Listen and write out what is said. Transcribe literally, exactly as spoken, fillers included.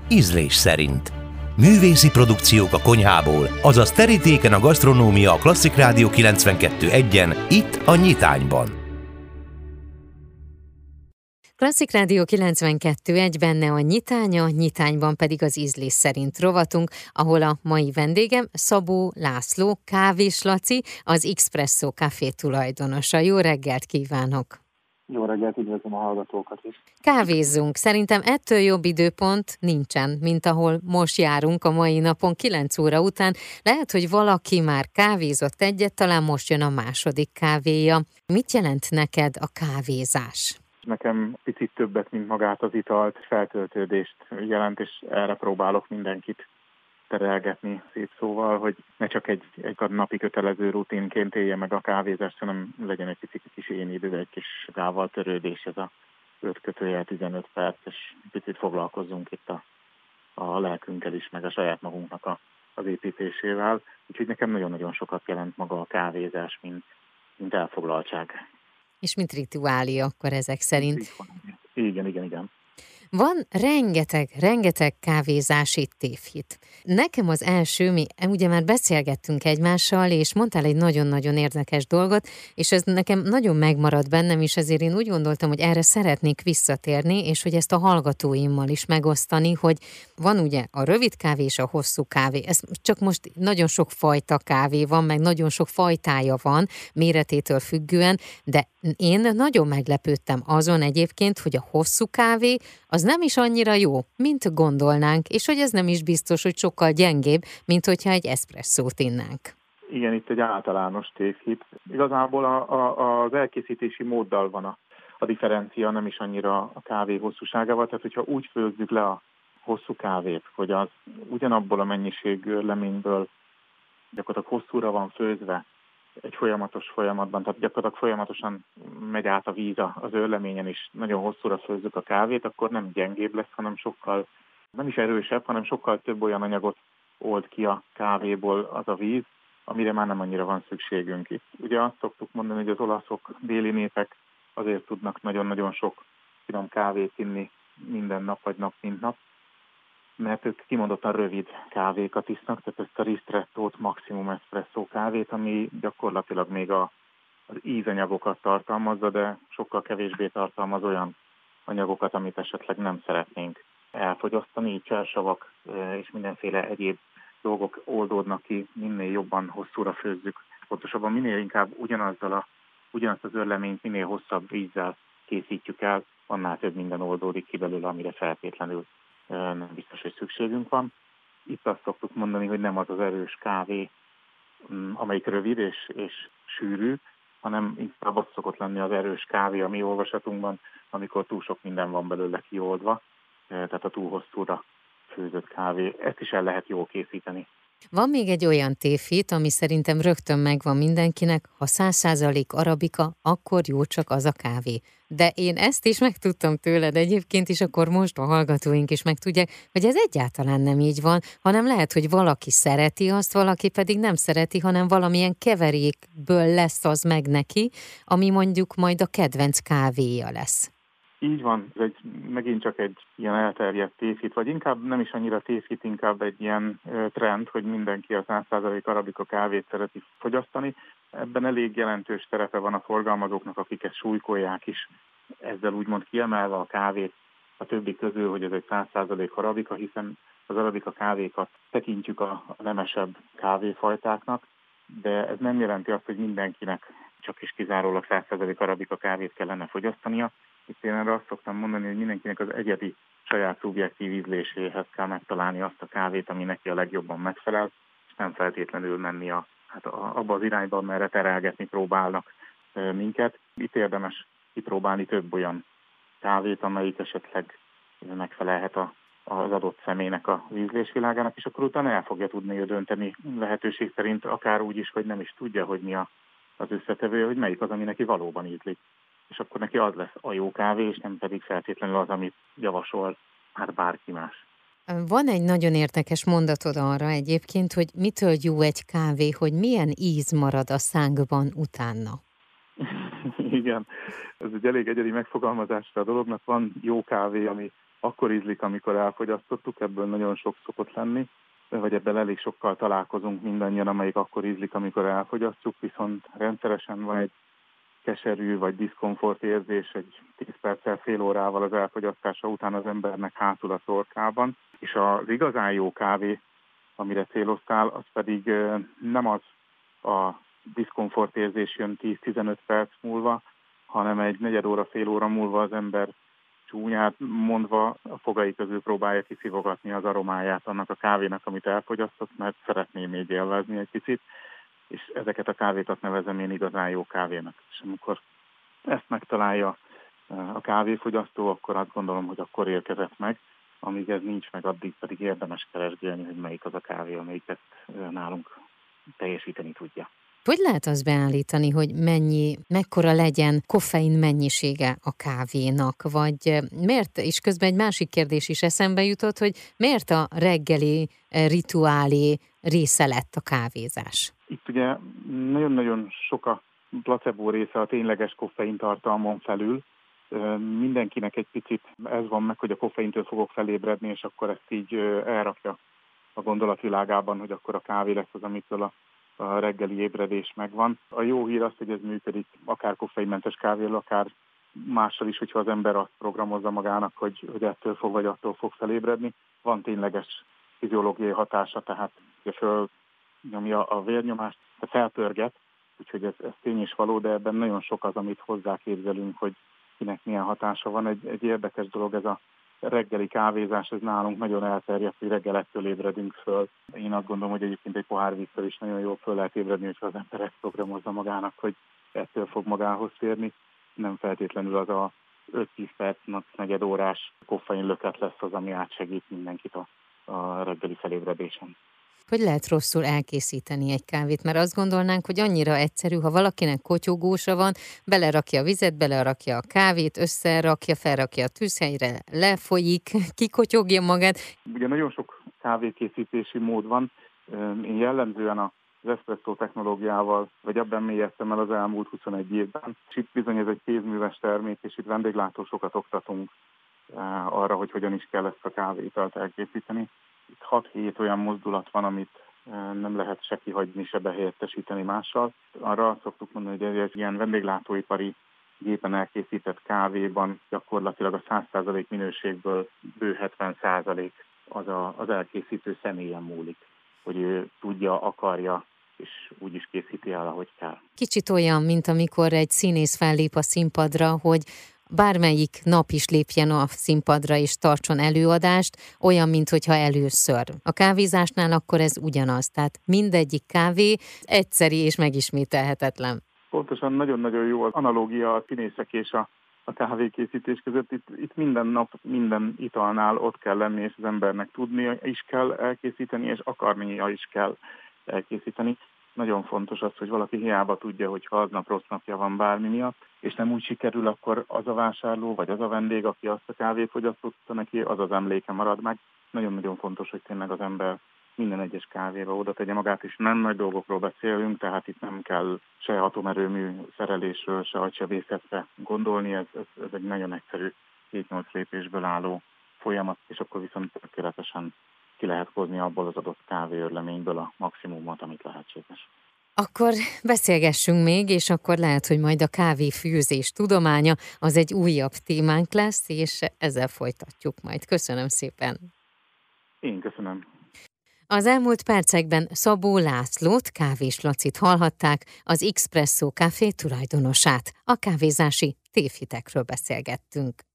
ízlés szerint. Művészi produkciók a konyhából, azaz terítéken a gasztronómia a Klasszik Rádió kilencvenkettő egyen, itt a Nyitányban. Klasszik Rádió kilencvenkettő egy, benne a Nyitánya, Nyitányban pedig az ízlés szerint rovatunk, ahol a mai vendégem Szabó László, Kávés Laci, az Expresso Café tulajdonosa. Jó reggelt kívánok! Jó reggelt, üdvözlöm a hallgatókat is. Kávézzunk. Szerintem ettől jobb időpont nincsen, mint ahol most járunk a mai napon, kilenc óra után. Lehet, hogy valaki már kávézott egyet, talán most jön a második kávéja. Mit jelent neked a kávézás? Nekem picit többet, mint magát az italt, feltöltődést jelent, és erre próbálok mindenkit terelgetni szép szóval, hogy ne csak egy, egy napi kötelező rutinként élje meg a kávézást, hanem legyen egy picit kis én idő, egy kis gával törődés, ez a öt kötőjel tizenöt perc, és picit foglalkozzunk itt a, a lelkünkkel is, meg a saját magunknak a, az építésével. Úgyhogy nekem nagyon-nagyon sokat jelent maga a kávézás, mint, mint elfoglaltság. És mint rituálé akkor ezek szerint. Igen, igen, igen. Van rengeteg, rengeteg kávézási tévhit. Nekem az első, mi ugye már beszélgettünk egymással, és mondtál egy nagyon-nagyon érdekes dolgot, és ez nekem nagyon megmaradt bennem, és ezért én úgy gondoltam, hogy erre szeretnék visszatérni, és hogy ezt a hallgatóimmal is megosztani, hogy van ugye a rövid kávé és a hosszú kávé. Ez csak most nagyon sok fajta kávé van, meg nagyon sok fajtája van, méretétől függően, de én nagyon meglepődtem azon egyébként, hogy a hosszú kávé az nem is annyira jó, mint gondolnánk, és hogy ez nem is biztos, hogy sokkal gyengébb, mint hogyha egy eszpresszót innánk. Igen, itt egy általános tévhit. Igazából a, a, az elkészítési móddal van a, a differencia, nem is annyira a kávé hosszúságával. Tehát, hogyha úgy főzzük le a hosszú kávét, hogy az ugyanabból a mennyiségű leményből gyakorlatilag hosszúra van főzve, egy folyamatos folyamatban, tehát gyakorlatilag folyamatosan megy át a víz az őrleményen, és nagyon hosszúra főzzük a kávét, akkor nem gyengébb lesz, hanem sokkal, nem is erősebb, hanem sokkal több olyan anyagot old ki a kávéból az a víz, amire már nem annyira van szükségünk itt. Ugye azt szoktuk mondani, hogy az olaszok, déli népek azért tudnak nagyon-nagyon sok finom kávét inni minden nap, vagy nap, mint nap, mert ők kimondottan rövid kávékat isznak, tehát ezt a ristrettót, maximum espresso kávét, ami gyakorlatilag még a, az ízanyagokat tartalmazza, de sokkal kevésbé tartalmaz olyan anyagokat, amit esetleg nem szeretnénk elfogyasztani, így csersavak és mindenféle egyéb dolgok oldódnak ki, minél jobban hosszúra főzzük. Pontosabban minél inkább ugyanazzal a, ugyanazt az örleményt minél hosszabb vízzel készítjük el, annál több minden oldódik ki belőle, amire feltétlenül nem biztos, hogy szükségünk van. Itt azt szoktuk mondani, hogy nem az az erős kávé, amelyik rövid és, és sűrű, hanem inkább az szokott lenni az erős kávé a mi olvasatunkban, amikor túl sok minden van belőle kioldva, tehát a túl hosszúra főzött kávé. Ezt is el lehet jól készíteni. Van még egy olyan tévhit, ami szerintem rögtön megvan mindenkinek, ha száz százalék arabika, akkor jó csak az a kávé. De én ezt is megtudtam tőled egyébként, és akkor most a hallgatóink is megtudják, hogy ez egyáltalán nem így van, hanem lehet, hogy valaki szereti azt, valaki pedig nem szereti, hanem valamilyen keverékből lesz az meg neki, ami mondjuk majd a kedvenc kávéja lesz. Így van, ez egy, megint csak egy ilyen elterjedt tévhit, vagy inkább nem is annyira tévhit, inkább egy ilyen trend, hogy mindenki a száz százalék arabika kávét szereti fogyasztani. Ebben elég jelentős terepe van a forgalmazóknak, akik ezt súlykolják is, ezzel úgymond kiemelve a kávét a többi közül, hogy ez egy száz százalék arabika, hiszen az arabika kávékat tekintjük a nemesebb kávéfajtáknak, de ez nem jelenti azt, hogy mindenkinek csak is kizárólag száz százalék arabika kávét kellene fogyasztania. Itt én erre azt szoktam mondani, hogy mindenkinek az egyedi saját szubjektív ízléséhez kell megtalálni azt a kávét, ami neki a legjobban megfelel, és nem feltétlenül menni a, hát abba az irányba, merre terelgetni próbálnak minket. Itt érdemes kipróbálni több olyan kávét, amelyik esetleg megfelelhet a, az adott személynek a ízlésvilágának, és akkor utána el fogja tudni ő dönteni lehetőség szerint, akár úgy is, hogy nem is tudja, hogy mi a, az összetevő, hogy melyik az, ami neki valóban ízlik. És akkor neki az lesz a jó kávé, és nem pedig feltétlenül az, amit javasol hát bárki más. Van egy nagyon érdekes mondatod arra egyébként, hogy mitől jó egy kávé, hogy milyen íz marad a szánkban utána. Igen, ez egy elég egyedi megfogalmazásra a dolognak. Van jó kávé, ami akkor ízlik, amikor elfogyasztottuk, ebből nagyon sok szokott lenni, vagy ebben elég sokkal találkozunk mindannyian, amelyik akkor ízlik, amikor elfogyasztjuk, viszont rendszeresen van egy keserű vagy diszkomfort érzés egy tíz perccel, fél órával az elfogyasztása után az embernek hátul a torkában, és az igazán jó kávé, amire céloztál, az pedig nem az a diszkomfort érzés jön tíz-tizenöt perc múlva, hanem egy negyed óra, fél óra múlva az ember csúnyát mondva a fogai közül próbálja kiszívogatni az aromáját annak a kávénak, amit elfogyasztott, mert szeretné még élvezni egy picit, és ezeket a kávékat nevezem én igazán jó kávénak. És amikor ezt megtalálja a kávéfogyasztó, akkor azt gondolom, hogy akkor érkezett meg, amíg ez nincs meg, addig pedig érdemes keresgélni, hogy melyik az a kávé, amelyik ezt nálunk teljesíteni tudja. Hogy lehet azt beállítani, hogy mennyi, mekkora legyen koffein mennyisége a kávénak, vagy miért, és közben egy másik kérdés is eszembe jutott, hogy miért a reggeli rituálé része lett a kávézás? Itt ugye nagyon-nagyon sok a placebo része a tényleges koffein tartalmon felül. Mindenkinek egy picit ez van meg, hogy a koffeintől fogok felébredni, és akkor ezt így elrakja a gondolatvilágában, hogy akkor a kávé lesz az, amitől a a reggeli ébredés megvan. A jó hír az, hogy ez működik akár koffeinmentes kávéval, akár mással is, hogyha az ember azt programozza magának, hogy, hogy ettől fog vagy attól fog felébredni. Van tényleges fiziológiai hatása, tehát fölnyomja a vérnyomást, felpörget, úgyhogy ez, ez tény és való, de ebben nagyon sok az, amit hozzáképzelünk, hogy kinek milyen hatása van. Egy, egy érdekes dolog ez a reggeli kávézás, ez nálunk nagyon elterjedt, hogy reggel ettől ébredünk föl. Én azt gondolom, hogy egyébként egy pohár víztől is nagyon jól föl lehet ébredni, hogyha az ember ezt programozza magának, hogy ettől fog magához térni. Nem feltétlenül az a öt-tíz percnek negyed órás koffein löket lesz az, ami átsegít mindenkit a, a reggeli felébredésen. Hogy lehet rosszul elkészíteni egy kávét? Mert azt gondolnánk, hogy annyira egyszerű, ha valakinek kotyogósa van, belerakja a vizet, belerakja a kávét, összerakja, felrakja a tűzhelyre, lefolyik, kikotyogja magát. Ugye nagyon sok kávékészítési mód van. Én jellemzően az eszpresszó technológiával, vagy ebben mélyeztem el az elmúlt huszonegy évben. És itt bizony ez egy kézműves termék, és itt vendéglátósokat oktatunk arra, hogy hogyan is kell ezt a kávéitalt elkészíteni. Itt hat-hét olyan mozdulat van, amit nem lehet se kihagyni, se behelyettesíteni mással. Arra azt szoktuk mondani, hogy ez ilyen vendéglátóipari gépen elkészített kávéban gyakorlatilag a száz százalék minőségből bő hetven százalék az a, az elkészítő személyen múlik, hogy ő tudja, akarja, és úgy is készíti el, ahogy kell. Kicsit olyan, mint amikor egy színész fellép a színpadra, hogy bármelyik nap is lépjen a színpadra és tartson előadást, olyan, minthogyha először. A kávézásnál akkor ez ugyanaz, tehát mindegyik kávé egyszeri és megismételhetetlen. Pontosan nagyon-nagyon jó az analógia a színészek és a, a kávékészítés között. Itt, itt minden nap, minden italnál ott kell lenni, és az embernek tudnia is kell elkészíteni, és akarnia is kell elkészíteni. Nagyon fontos az, hogy valaki hiába tudja, hogy ha aznap rossz napja van bármi miatt, és nem úgy sikerül, akkor az a vásárló, vagy az a vendég, aki azt a kávét fogyasztotta neki, az az emléke marad meg. Nagyon-nagyon fontos, hogy tényleg az ember minden egyes kávéba oda tegye magát, és nem nagy dolgokról beszélünk, tehát itt nem kell se atomerőmű szerelésről, se agysebészetre gondolni, ez, ez, ez egy nagyon egyszerű hét-nyolc lépésből álló folyamat, és akkor viszont tökéletesen ki lehet hozni abból az adott kávéörleményből a maximumot, amit lehetséges. Akkor beszélgessünk még, és akkor lehet, hogy majd a kávéfőzés tudománya az egy újabb témánk lesz, és ezzel folytatjuk majd. Köszönöm szépen! Én köszönöm! Az elmúlt percekben Szabó Lászlót, Kávés Lacit hallhatták, az Expresso Café tulajdonosát. A kávézási tévhitekről beszélgettünk.